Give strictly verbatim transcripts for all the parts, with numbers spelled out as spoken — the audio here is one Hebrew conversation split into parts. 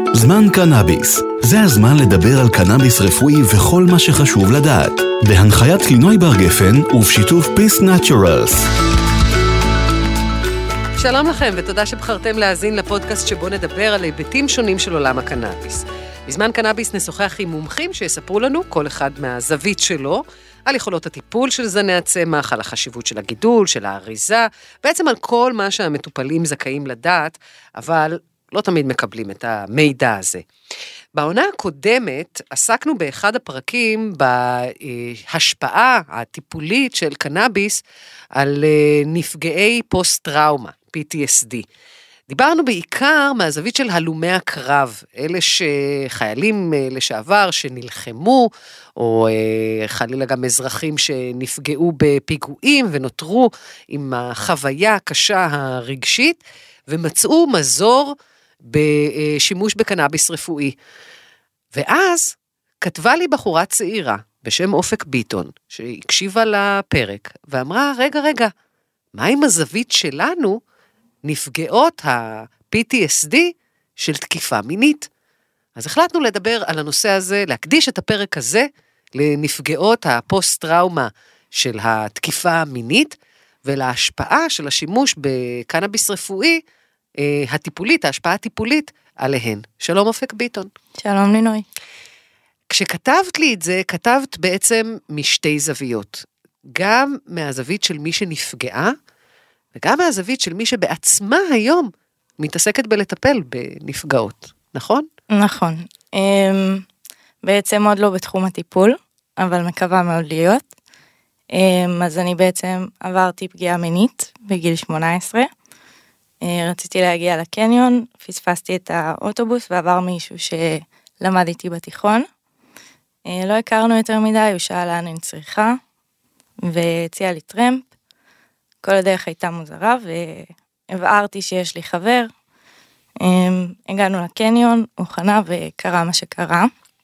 זמן קנאביס. זה הזמן לדבר על קנאביס רפואי וכל מה שחשוב לדעת. בהנחיית לינוי בר גפן ובשיתוף Peace Naturals. שלום לכם ותודה שבחרתם להאזין לפודקאסט שבו נדבר על היבטים שונים של עולם הקנאביס. בזמן קנאביס נשוחח עם מומחים שיספרו לנו, כל אחד מהזווית שלו, על יכולות הטיפול של זני הצמח, על החשיבות של הגידול, של האריזה, בעצם על כל מה שהמטופלים זכאים לדעת, אבל לא תמיד מקבלים את המידע הזה. בעונה הקודמת עסקנו באחד הפרקים בהשפעה הטיפולית של קנאביס על נפגעי פוסט-טראומה, פי טי אס די. דיברנו בעיקר מהזווית של הלומי הקרב, אלה שחיילים לשעבר שנלחמו, או חלילה גם אזרחים שנפגעו בפיגועים ונותרו עם החוויה הקשה הרגשית, ומצאו מזור בשימוש בקנאביס רפואי. ואז כתבה לי בחורה צעירה בשם אופק ביטון, שהקשיבה לפרק, ואמרה, רגע, רגע, מה עם הזווית שלנו נפגעות ה-פי טי אס די של תקיפה מינית? אז החלטנו לדבר על הנושא הזה, להקדיש את הפרק הזה לנפגעות הפוסט-טראומה של התקיפה המינית, ולהשפעה של השימוש בקנאביס רפואי, הטיפולית, ההשפעה הטיפולית עליהן. שלום אופק ביטון. שלום לינוי. כשכתבת לי את זה, כתבת בעצם משתי זוויות. גם מהזווית של מי שנפגעה, וגם מהזווית של מי שבעצמה היום מתעסקת בלטפל בנפגעות. נכון? נכון. בעצם עוד לא בתחום הטיפול, אבל מקווה מאוד להיות. אז אני בעצם עברתי פגיעה מינית בגיל שמונה עשרה. רציתי להגיע לקניון, פספסתי את האוטובוס ועבר מישהו שלמד איתי בתיכון. לא הכרנו יותר מדי, הוא שאל לאן אני צריכה, והציע לי טרמפ. כל הדרך הייתה מוזרה, והבהרתי שיש לי חבר. הגענו לקניון, הוא חנה וקרה מה שקרה.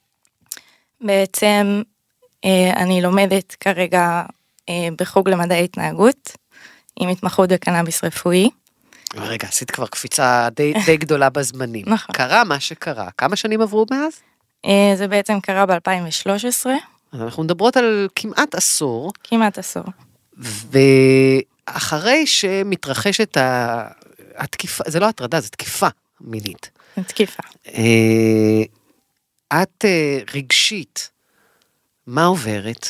בעצם אני לומדת כרגע בחוג למדעי התנהגות, עם התמחות בקנאביס רפואי. רגע, עשית כבר קפיצה די, די גדולה בזמנים. נכון. קרה מה שקרה. כמה שנים עברו מאז? זה בעצם קרה ב-אלפיים ושלוש עשרה. אנחנו מדברות על כמעט עשור. כמעט עשור. ואחרי שמתרחשת התקיפה, זה לא הטרדה, זה תקיפה מינית. תקיפה. את רגשית, מה עוברת?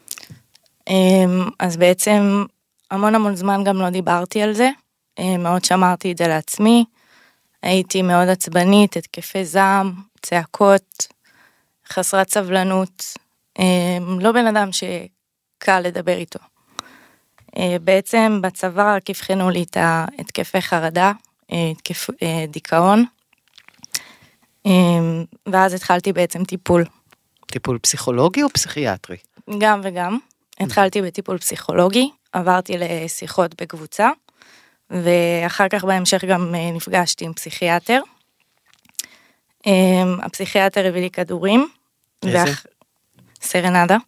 אז בעצם המון המון זמן גם לא דיברתי על זה. מאוד שמרתי את זה לעצמי, הייתי מאוד עצבנית, התקפי זעם, צעקות, חסרת סבלנות, לא בן אדם שקל לדבר איתו. בעצם בצבא רק הבחנו לי את התקפי חרדה, התקף, דיכאון, ואז התחלתי בעצם טיפול. טיפול פסיכולוגי או פסיכיאטרי? גם וגם, התחלתי בטיפול פסיכולוגי, עברתי לשיחות בקבוצה, ואחר כך בהמשך גם נפגשתי עם פסיכיאטר. הפסיכיאטר הביא לי כדורים. איזה? סרנדה.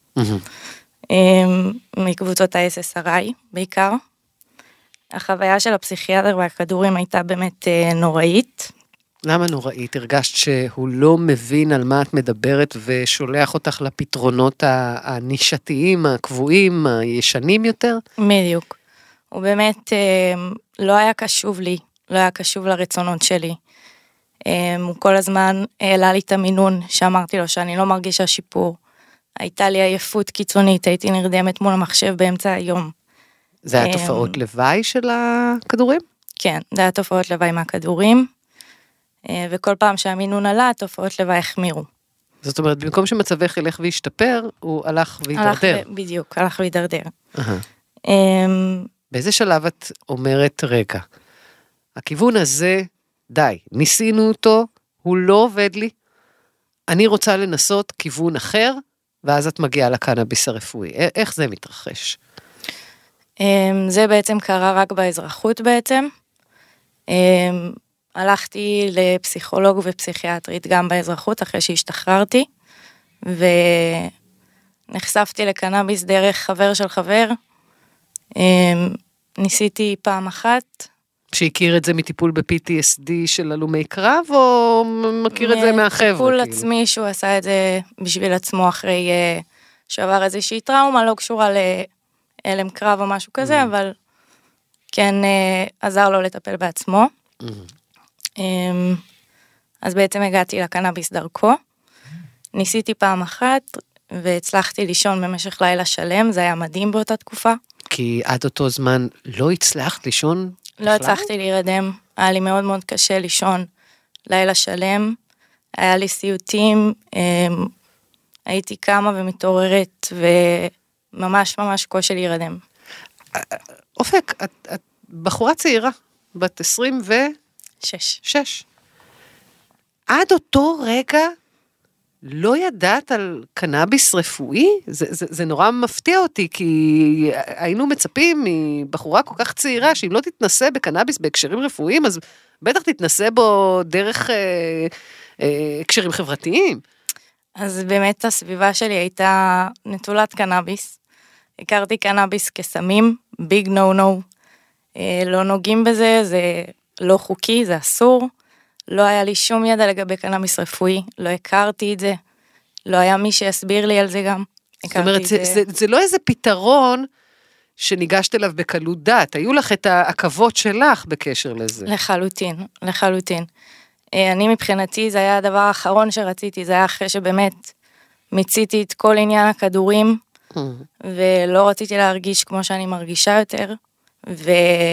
מקבוצות ה-אס אס אר איי בעיקר. החוויה של הפסיכיאטר והכדורים הייתה באמת נוראית. למה נוראית? הרגשת שהוא לא מבין על מה את מדברת ושולח אותך לפתרונות הנישתיים, הקבועים, הישנים יותר? בדיוק. הוא באמת לא היה קשוב לי, לא היה קשוב לרצונות שלי. הוא כל הזמן העלה לי את המינון שאמרתי לו שאני לא מרגישה שיפור. הייתה לי עייפות קיצונית, הייתי נרדמת מול המחשב באמצע היום. זה היה תופעות לוואי של הכדורים? כן, זה היה תופעות לוואי מהכדורים, וכל פעם שהמינון עלה, תופעות לוואי החמירו. זאת אומרת, במקום שמצבך ילך וישתפר, הוא הלך וידרדר. בדיוק, הלך וידרדר. באיזה שלב את אומרת, רגע, הכיוון הזה, די, ניסינו אותו, הוא לא עובד לי, אני רוצה לנסות כיוון אחר, ואז את מגיעה לקנאביס הרפואי. איך זה מתרחש? זה בעצם קרה רק באזרחות בעצם. הלכתי לפסיכולוג ופסיכיאטרית גם באזרחות, אחרי שהשתחררתי, ונחשפתי לקנאביס דרך חבר של חבר. ניסיתי פעם אחת, שהכיר את זה מטיפול ב-פי טי אס די של הלומי קרב, או מכיר את זה מהחבר'ה? טיפול עצמי שהוא עשה את זה בשביל עצמו אחרי שעבר איזושהי טראומה, לא קשורה להלם קרב או משהו כזה, אבל כן עזר לו לטפל בעצמו. אז בעצם הגעתי לקנאביס דרכו, ניסיתי פעם אחת, והצלחתי לישון במשך לילה שלם, זה היה מדהים באותה תקופה. כי עד אותו זמן לא הצלחת לישון בכלל? לא הצלחתי להירדם, היה לי מאוד מאוד קשה לישון לילה שלם, היה לי סיוטים, הייתי קמה ומתעוררת, וממש ממש קושי להירדם. אופק, את, את בחורה צעירה, בת עשרים ושש. שש. עד אותו רגע לא ידעת על קנאביס רפואי? זה, זה, זה נורא מפתיע אותי, כי היינו מצפים מבחורה כל כך צעירה, שאם לא תתנסה בקנאביס בהקשרים רפואיים, אז בטח תתנסה בו דרך אה, אה, הקשרים חברתיים. אז באמת הסביבה שלי הייתה נטולת קנאביס. הכרתי קנאביס כסמים, ביג נו נו. לא נוגעים בזה, זה לא חוקי, זה אסור. לא היה לי שום ידע לגבי קנאביס רפואי, לא הכרתי את זה, לא היה מי שיסביר לי על זה גם. זאת אומרת, זה, זה, זה לא איזה פתרון שניגשת אליו בקלות דעת, היו לך את העכבות שלך בקשר לזה. לחלוטין, לחלוטין. אני מבחינתי, זה היה הדבר האחרון שרציתי, זה היה אחרי שבאמת מיציתי את כל עניין הכדורים, ולא רציתי להרגיש כמו שאני מרגישה יותר, ו...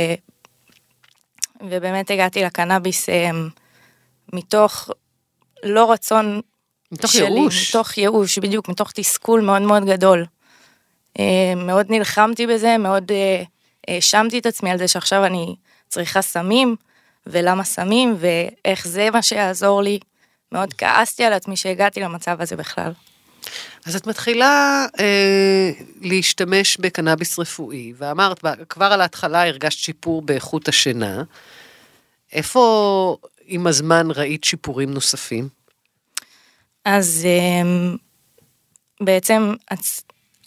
ובאמת הגעתי לקנאביס מתוך לא רצון מתוך שלי, ייאוש. מתוך ייאוש, בדיוק, מתוך תסכול מאוד מאוד גדול. מאוד נלחמתי בזה, מאוד האשמתי את עצמי על זה שעכשיו אני צריכה סמים, ולמה סמים, ואיך זה מה שיעזור לי. מאוד כעסתי על עצמי שהגעתי למצב הזה בכלל. אז את מתחילה אה, להשתמש בקנאביס רפואי, ואמרת, כבר על ההתחלה הרגשת שיפור באיכות השינה, איפה עם הזמן ראית שיפורים נוספים? אז אה, בעצם הצ...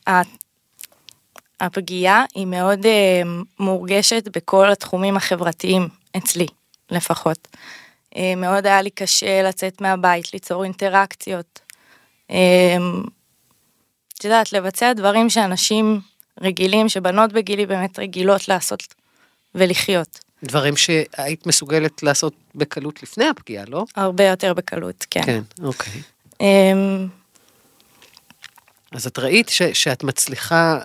הפגיעה היא מאוד אה, מורגשת בכל התחומים החברתיים, אצלי לפחות. אה, מאוד היה לי קשה לצאת מהבית, ליצור אינטראקציות, את יודעת, לבצע דברים שאנשים רגילים, שבנות בגילי באמת רגילות לעשות ולחיות. דברים שהיית מסוגלת לעשות בקלות לפני הפגיעה, לא? הרבה יותר בקלות, כן. כן, אוקיי. אז את ראית ש, שאת מצליחה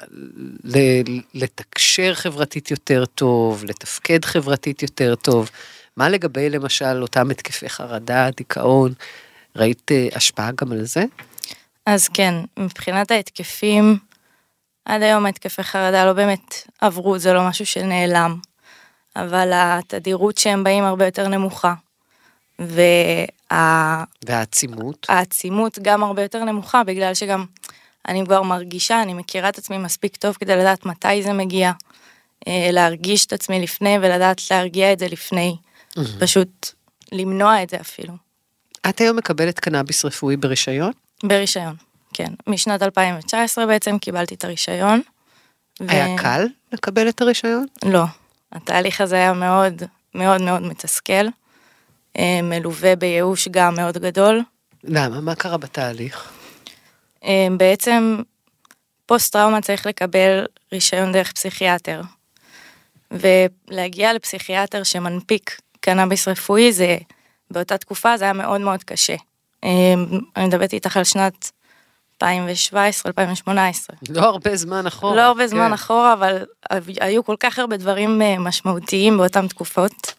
לתקשר חברתית יותר טוב, לתפקד חברתית יותר טוב. מה לגבי למשל אותם התקפי חרדה, דיכאון, ראית השפעה גם על זה? אז כן, מבחינת ההתקפים, עד היום ההתקפי חרדה לא באמת עברו, זה לא משהו שנעלם, אבל התדירות שהם באים הרבה יותר נמוכה, וה... והעצימות? העצימות גם הרבה יותר נמוכה, בגלל שגם אני כבר מרגישה, אני מכירה את עצמי מספיק טוב כדי לדעת מתי זה מגיע, להרגיש את עצמי לפני ולדעת להרגיע את זה לפני, פשוט למנוע את זה אפילו. את היום מקבלת קנאביס רפואי ברישיון? ברישיון, כן. משנת אלפיים תשע עשרה בעצם קיבלתי את הרישיון. היה ו... קל לקבל את הרישיון? לא. התהליך הזה היה מאוד מאוד מאוד מתסכל, מלווה בייאוש גם מאוד גדול. למה? מה קרה בתהליך? בעצם פוסט טראומה צריך לקבל רישיון דרך פסיכיאטר, ולהגיע לפסיכיאטר שמנפיק קנאביס רפואי, זה באותה תקופה זה היה מאוד מאוד קשה. אני מדברת איתך על שנת אלפיים שבע עשרה אלפיים שמונה עשרה. לא הרבה זמן אחורה. לא הרבה זמן אחורה, אבל היו כל כך הרבה דברים משמעותיים באותן תקופות.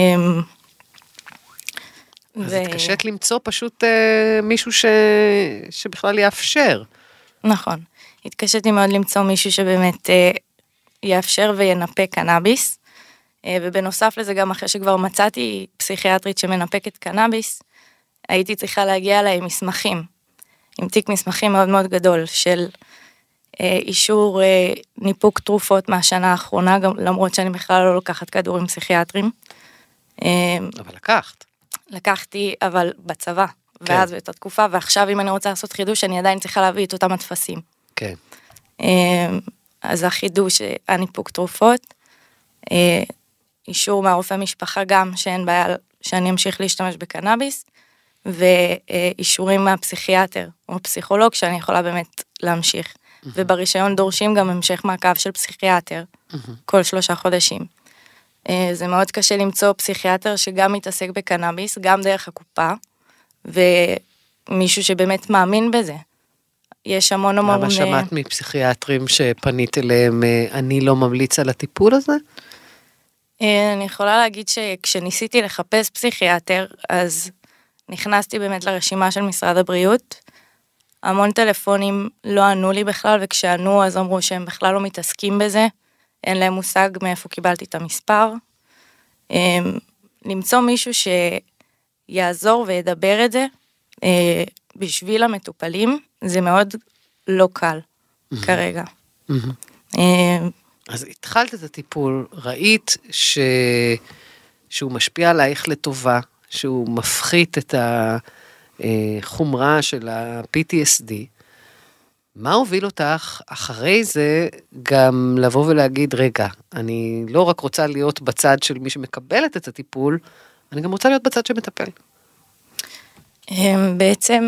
אז התקשת למצוא פשוט מישהו שבכלל יאפשר. נכון. התקשתי מאוד למצוא מישהו שבאמת יאפשר וינפק קנאביס, ובנוסף לזה גם אחרי שכבר מצאתי פסיכיאטרית שמנפקת קנאביס, הייתי צריכה להגיע אליי עם מסמכים, עם תיק מסמכים מאוד מאוד גדול של אישור ניפוק תרופות מהשנה האחרונה, גם למרות שאני בכלל לא לוקחת כדורים פסיכיאטרים. אבל לקחת. לקחתי, אבל בצבא, כן. ואז באותה תקופה, ועכשיו אם אני רוצה לעשות חידוש, אני עדיין צריכה להביא את אותם התפסים. כן. אז החידוש, הניפוק תרופות, אישור מהרופא משפחה גם שאין בעיה שאני אמשיך להשתמש בקנאביס, ואישורים מהפסיכיאטר או פסיכולוג שאני יכולה באמת להמשיך. וברישיון דורשים גם המשך מעקב של פסיכיאטר, כל שלושה חודשים. זה מאוד קשה למצוא פסיכיאטר שגם מתעסק בקנאביס, גם דרך הקופה, ומישהו שבאמת מאמין בזה. יש המון המון... למה שמעת מפסיכיאטרים שפנית אליהם, אני לא ממליץ על הטיפול הזה? אני יכולה להגיד שכשניסיתי לחפש פסיכיאטר, אז נכנסתי באמת לרשימה של משרד הבריאות, המון טלפונים לא ענו לי בכלל, וכשענו אז אמרו שהם בכלל לא מתעסקים בזה, אין להם מושג מאיפה קיבלתי את המספר. למצוא מישהו שיעזור וידבר את זה, בשביל המטופלים, זה מאוד לא קל כרגע. אז התחלת את הטיפול, ראית ש... שהוא משפיע עלייך לטובה, שהוא מפחית את החומרה של ה-פי טי אס די, מה הוביל אותך אחרי זה גם לבוא ולהגיד, רגע, אני לא רק רוצה להיות בצד של מי שמקבלת את הטיפול, אני גם רוצה להיות בצד שמטפל. בעצם,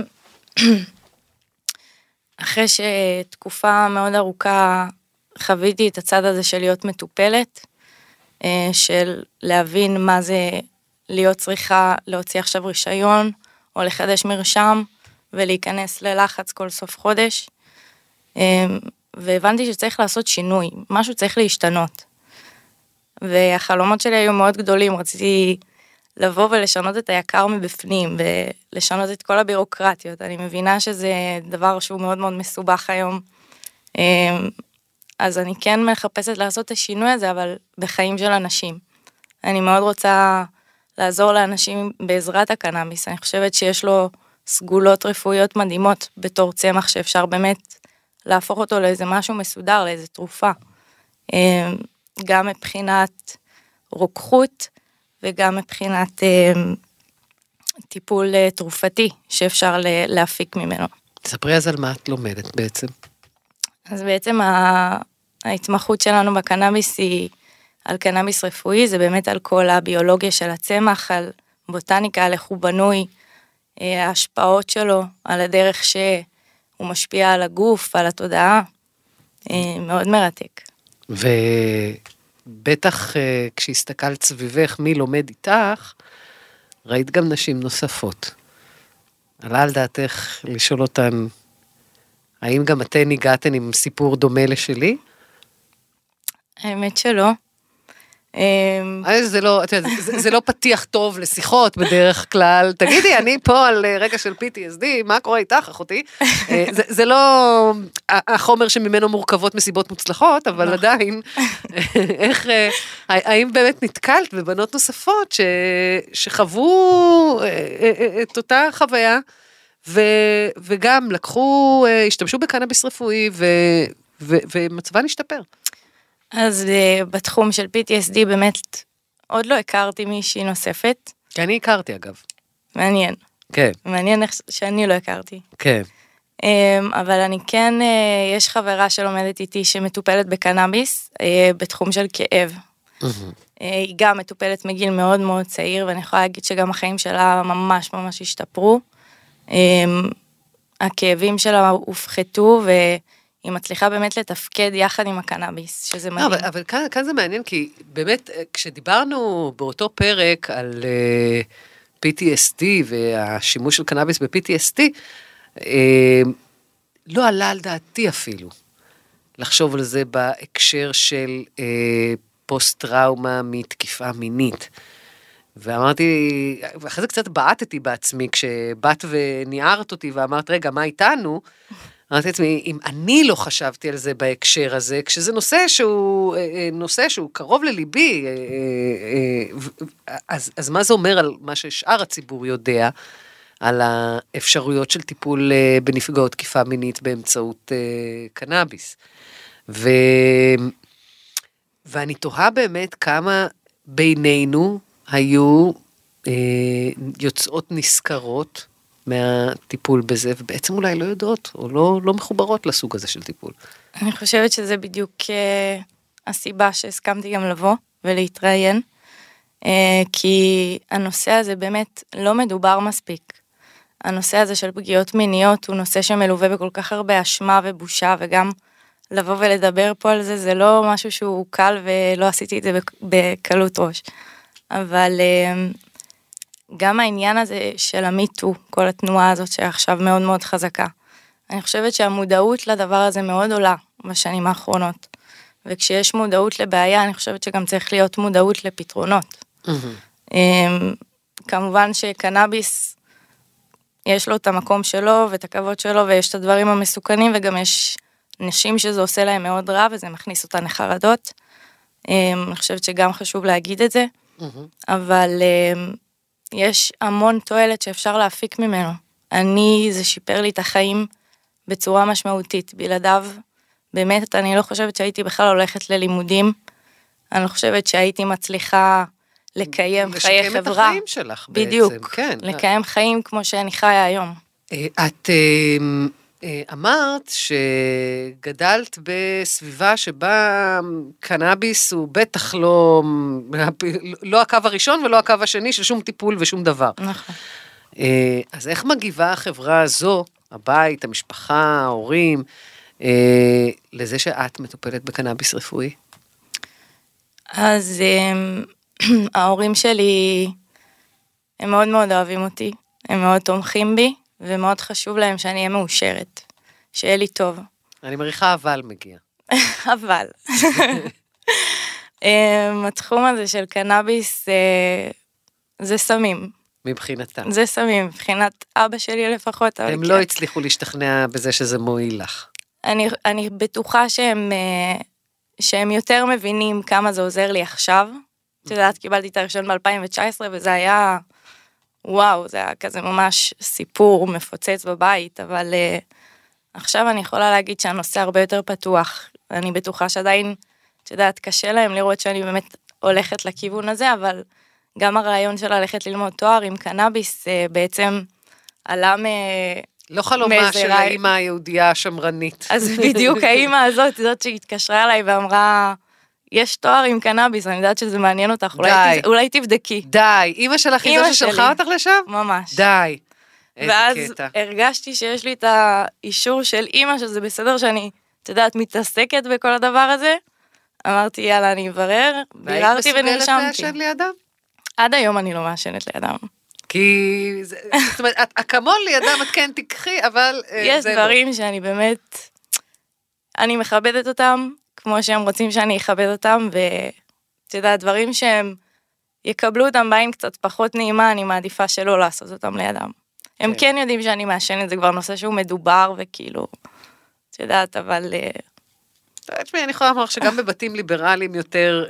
אחרי שתקופה מאוד ארוכה חוויתי את הצד הזה של להיות מטופלת, של להבין מה זה להיות צריכה להוציא עכשיו רישיון, או לחדש מרשם, ולהיכנס ללחץ כל סוף חודש, והבנתי שצריך לעשות שינוי, משהו צריך להשתנות. והחלומות שלי היו מאוד גדולים, רציתי לבוא ולשנות את היקר מבפנים, ולשנות את כל הבירוקרטיות. אני מבינה שזה דבר שהוא מאוד מאוד מסובך היום, אז אני כן מחפשת לעשות את השינוי הזה, אבל בחיים של אנשים. אני מאוד רוצה לעזור לאנשים בעזרת הקנאביס, אני חושבת שיש לו סגולות רפואיות מדהימות בתור צמח, שאפשר באמת להפוך אותו לאיזה משהו מסודר, לאיזה תרופה. גם מבחינת רוקחות, וגם מבחינת טיפול תרופתי, שאפשר להפיק ממנו. תספרי אז על מה את לומדת בעצם. אז בעצם ההתמחות שלנו בקנאביס היא על קנאביס רפואי, זה באמת על כל הביולוגיה של הצמח, על בוטניקה, על איך הוא בנוי, ההשפעות שלו, על הדרך שהוא משפיע על הגוף, על התודעה, מאוד מרתק. ובטח כשהסתכלת סביבך מי לומד איתך, ראית גם נשים נוספות. עלה על דעתך לשאול אותן, האם גם אתן הגעתן עם סיפור דומה לשלי? האמת שלא. זה לא, זה לא פתיח טוב לשיחות בדרך כלל. תגידי, אני פה על רגע של פי טי אס די, מה קורה איתך, אחותי? זה לא החומר שממנו מורכבות מסיבות מוצלחות, אבל עדיין, איך, האם באמת נתקלת בבנות נוספות שחוו את אותה חוויה, וגם לקחו, השתמשו בקנאביס רפואי, ומצבן השתפר? אז בתחום של פי טי אס די באמת עוד לא הכרתי מישהי נוספת. כי אני הכרתי אגב. מעניין. כן. מעניין שאני לא הכרתי. כן. אבל אני כן, יש חברה שלומדת איתי שמטופלת בקנאביס, בתחום של כאב. היא גם מטופלת מגיל מאוד מאוד צעיר, ואני יכולה להגיד שגם החיים שלה ממש ממש השתפרו. הכאבים שלה הופחתו, ו... היא מצליחה באמת לתפקד יחד עם הקנאביס, שזה מדהים. אבל, אבל כאן, כאן זה מעניין, כי באמת, כשדיברנו באותו פרק על uh, פי טי אס די, והשימוש של קנאביס ב-פי טי אס די, uh, לא עלה על דעתי אפילו, לחשוב על זה בהקשר של uh, פוסט-טראומה מתקיפה מינית. ואמרתי, ואחרי זה קצת בעטתי בעצמי, כשבאת וניערת אותי, ואמרת, רגע, מה איתנו? אמרתי לעצמי, אם אני לא חשבתי על זה בהקשר הזה, כשזה נושא שהוא, נושא שהוא קרוב לליבי, אז, אז מה זה אומר על מה ששאר הציבור יודע, על האפשרויות של טיפול בנפגעות תקיפה מינית באמצעות קנאביס. ו, ואני תוהה באמת כמה בינינו היו יוצאות נשכרות, מהטיפול בזה, ובעצם אולי לא יודעות, או לא, לא מחוברות לסוג הזה של טיפול. אני חושבת שזה בדיוק הסיבה שהסכמתי גם לבוא ולהתראיין, כי הנושא הזה באמת לא מדובר מספיק. הנושא הזה של פגיעות מיניות הוא נושא שמלווה בכל כך הרבה אשמה ובושה, וגם לבוא ולדבר פה על זה, זה לא משהו שהוא קל ולא עשיתי את זה בקלות ראש. אבל גם העניין הזה של המיטו, כל התנועה הזאת שעכשיו מאוד מאוד חזקה, אני חושבת שהמודעות לדבר הזה מאוד עולה בשנים האחרונות. וכשיש מודעות לבעיה, אני חושבת שגם צריך להיות מודעות לפתרונות. Mm-hmm. כמובן שקנאביס, יש לו את המקום שלו ואת הכבוד שלו, ויש את הדברים המסוכנים, וגם יש נשים שזה עושה להם מאוד רע, וזה מכניס אותן לחרדות. אני חושבת שגם חשוב להגיד את זה, mm-hmm. אבל יש המון תועלת שאפשר להפיק ממנו. אני, זה שיפר לי את החיים בצורה משמעותית. בלעדיו, באמת, אני לא חושבת שהייתי בכלל הולכת ללימודים. אני לא חושבת שהייתי מצליחה לקיים חיי חברה. לשקם את החיים שלך בעצם. בדיוק, כן. לקיים חיים כמו שאני חיה היום. את אמרת שגדלת בסביבה שבה קנאביס הוא בטח לא, לא הקו הראשון ולא הקו השני של שום טיפול ושום דבר. נכון. אז איך מגיבה החברה הזו, הבית, המשפחה, ההורים, לזה שאת מטופלת בקנאביס רפואי? אז ההורים שלי, הם מאוד מאוד אוהבים אותי, הם מאוד תומכים בי, ומאוד חשוב להם שאני אהיה מאושרת, שיהיה לי טוב. אני מריחה אבל מגיע. אבל. התחום הזה של קנאביס, זה סמים. מבחינתם. זה סמים, מבחינת אבא שלי לפחות. הם לא הצליחו להשתכנע בזה שזה מועיל לך. אני, אני בטוחה שהם, שהם יותר מבינים כמה זה עוזר לי עכשיו. את יודעת, קיבלתי את הראשון ב-אלפיים תשע עשרה, וזה היה, וואו, זה היה כזה ממש סיפור מפוצץ בבית, אבל uh, עכשיו אני יכולה להגיד שהנושא הרבה יותר פתוח. אני בטוחה שעדיין, את יודעת, קשה להם לראות שאני באמת הולכת לכיוון הזה, אבל גם הרעיון של ללכת ללמוד תואר עם קנאביס, uh, בעצם עלה מ... לא חלומה של האמא היהודייה השמרנית. אז בדיוק האמא הזאת, זאת שהתקשרה אליי ואמרה, יש תואר עם קנאביס, אני יודעת שזה מעניין אותך, אולי, אולי תבדקי. די, אמא שלך היא זו ששלחה אותך לשם? ממש. די. ואז הרגשתי שיש לי את האישור של אמא, שזה בסדר שאני, את יודעת, מתעסקת בכל הדבר הזה. אמרתי, יאללה, אני אברר, ביררתי ונרשמתי. והיית מסוגלת לעשן לידם? עד היום אני לא מעשנת לידם. כי, זאת אומרת, אקמול לידם את כן תיקחי, אבל יש דברים שאני באמת, אני מכבדת אותם, כמו שהם רוצים שאני אכבד אותם, ואתה יודע, דברים שהם יקבלו אותם בעין קצת פחות נעימה, אני מעדיפה שלא לעשות אותם לידם. הם כן יודעים שאני מעשנת, זה כבר נושא שהוא מדובר, וכאילו, אתה יודעת, אבל... תשמעי, אני יכולה לומר שגם בבתים ליברליים יותר,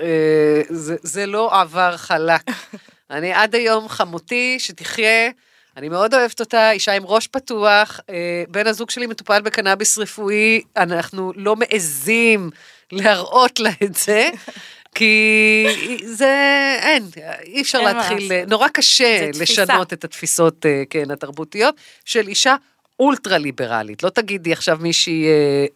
זה לא עבר חלק. אני עד היום חמותי שתחיה, אני מאוד אוהבת אותה, אישה עם ראש פתוח, בן הזוג שלי מטופל בקנאביס רפואי, אנחנו לא מעזים להראות לה את זה, כי זה, אין, אי אפשר להתחיל, נורא קשה לשנות את התפיסות, כן, התרבותיות, של אישה אולטרה ליברלית, לא תגידי עכשיו מישהי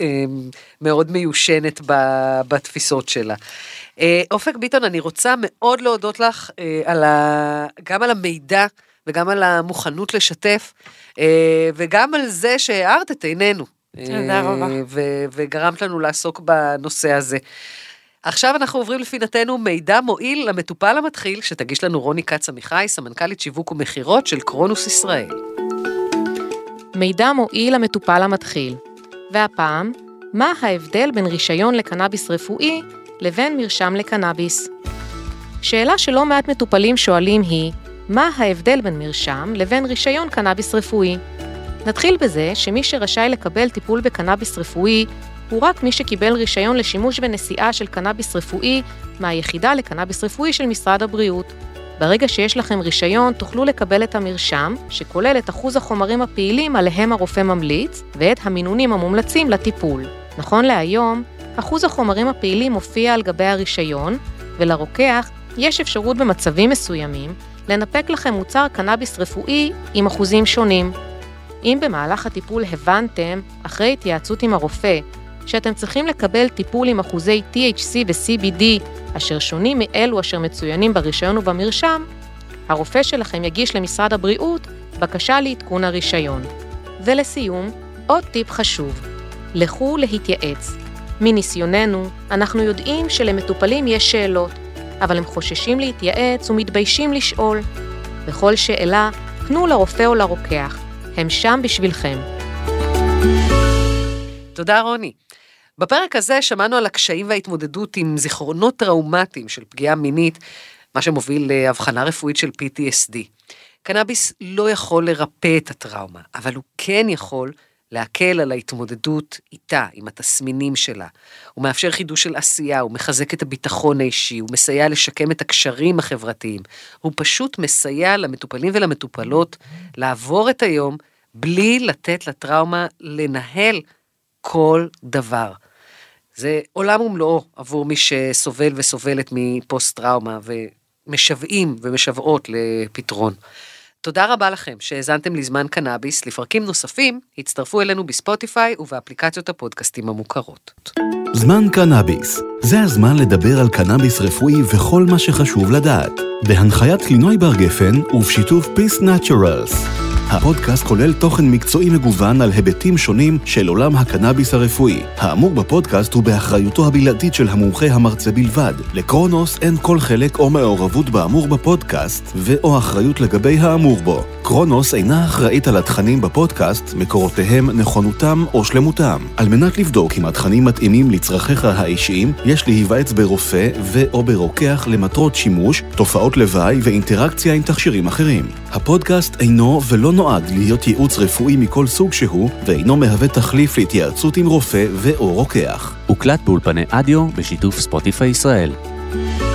מאוד מיושנת בתפיסות שלה. אופק ביטון, אני רוצה מאוד להודות לך על ה... גם על המידע וגם על המוכנות לשתף, וגם על זה שהארת את עינינו. תודה רבה. ו- וגרמת לנו לעסוק בנושא הזה. עכשיו אנחנו עוברים לפינתנו מידע מועיל למטופל המתחיל, שתגיש לנו רוני קץ עמיחי, סמנכ"לית שיווק ומחירות של קרונוס ישראל. מידע מועיל למטופל המתחיל. והפעם, מה ההבדל בין רישיון לקנאביס רפואי לבין מרשם לקנאביס? שאלה שלא מעט מטופלים שואלים היא, מה ההבדל בין מרשם לבין רישיון קנאביס רפואי? נתחיל בזה שמי שרשאי לקבל טיפול בקנאביס רפואי, הוא רק מי שקיבל רישיון לשימוש ונסיעה של קנאביס רפואי מהיחידה לקנאביס רפואי של משרד הבריאות. ברגע שיש לכם רישיון, תוכלו לקבל את המרשם, שכולל את אחוז החומרים הפעילים עליהם הרופא ממליץ, ואת המינונים המומלצים לטיפול. נכון להיום, אחוז החומרים הפעילים מופיע על גבי הרישיון, ולרוקח יש אפשרות במצבים מסוימים לנפק לכם מוצר קנאביס רפואי עם אחוזים שונים. אם במהלך הטיפול הבנתם, אחרי התייעצות עם הרופא, שאתם צריכים לקבל טיפול עם אחוזי טי אייץ' סי ו-סי בי די, אשר שונים מאלו אשר מצוינים ברישיון ובמרשם, הרופא שלכם יגיש למשרד הבריאות בקשה לעדכון הרישיון. ולסיום, עוד טיפ חשוב, לכו להתייעץ. מניסיוננו, אנחנו יודעים שלמטופלים יש שאלות, אבל הם חוששים להתייעץ ומתביישים לשאול. בכל שאלה, פנו לרופא או לרוקח, הם שם בשבילכם. תודה רוני. בפרק הזה שמענו על הקשיים וההתמודדות עם זיכרונות טראומטיים של פגיעה מינית, מה שמוביל להבחנה רפואית של פי טי אס די. קנאביס לא יכול לרפא את הטראומה, אבל הוא כן יכול להקל על ההתמודדות איתה, עם התסמינים שלה. הוא מאפשר חידוש של עשייה, הוא מחזק את הביטחון האישי, הוא מסייע לשקם את הקשרים החברתיים. הוא פשוט מסייע למטופלים ולמטופלות לעבור את היום בלי לתת לטראומה לנהל כל דבר. זה עולם ומלואו עבור מי שסובל וסובלת מפוסט-טראומה, ומשוועים ומשוועות לפתרון. תודה רבה לכם שהאזנתם לזמן קנאביס. לפרקים נוספים הצטרפו אלינו בספוטיפיי ובאפליקציות הפודקאסטים המוכרות. זמן קנאביס. זה הזמן לדבר על קנאביס רפואי וכל מה שחשוב לדעת. בהנחיית לינוי בר גפן ובשיתוף Peace Naturals. הפודקאסט כולל תוכן מקצועי מגוון על היבטים שונים של עולם הקנאביס הרפואי. האמור בפודקאסט הוא באחריותו הבלעדית של המומחה המרצה בלבד. לקרונוס אין כל חלק או מעורבות באמור בפודקאסט ו/או אחריות לגבי האמור בו. קרונוס אינה אחראית על התכנים בפודקאסט, מקורותיהם, נכונותם או שלמותם. על מנת לבדוק אם התכנים מתאימים לצרכיך האישיים, יש להיוועץ ברופא ו/או ברוקח למטרות שימוש, תופעות לוואי ואינטראקציה עם תכשירים אחרים. הפודקאסט אינו ולא נועד להיות ייעוץ רפואי מכל סוג שהוא, ואינו מהווה תחליף להתייעצות עם רופא ו/או רוקח. הוקלט באולפני אדיו בשיתוף ספוטיפיי ישראל.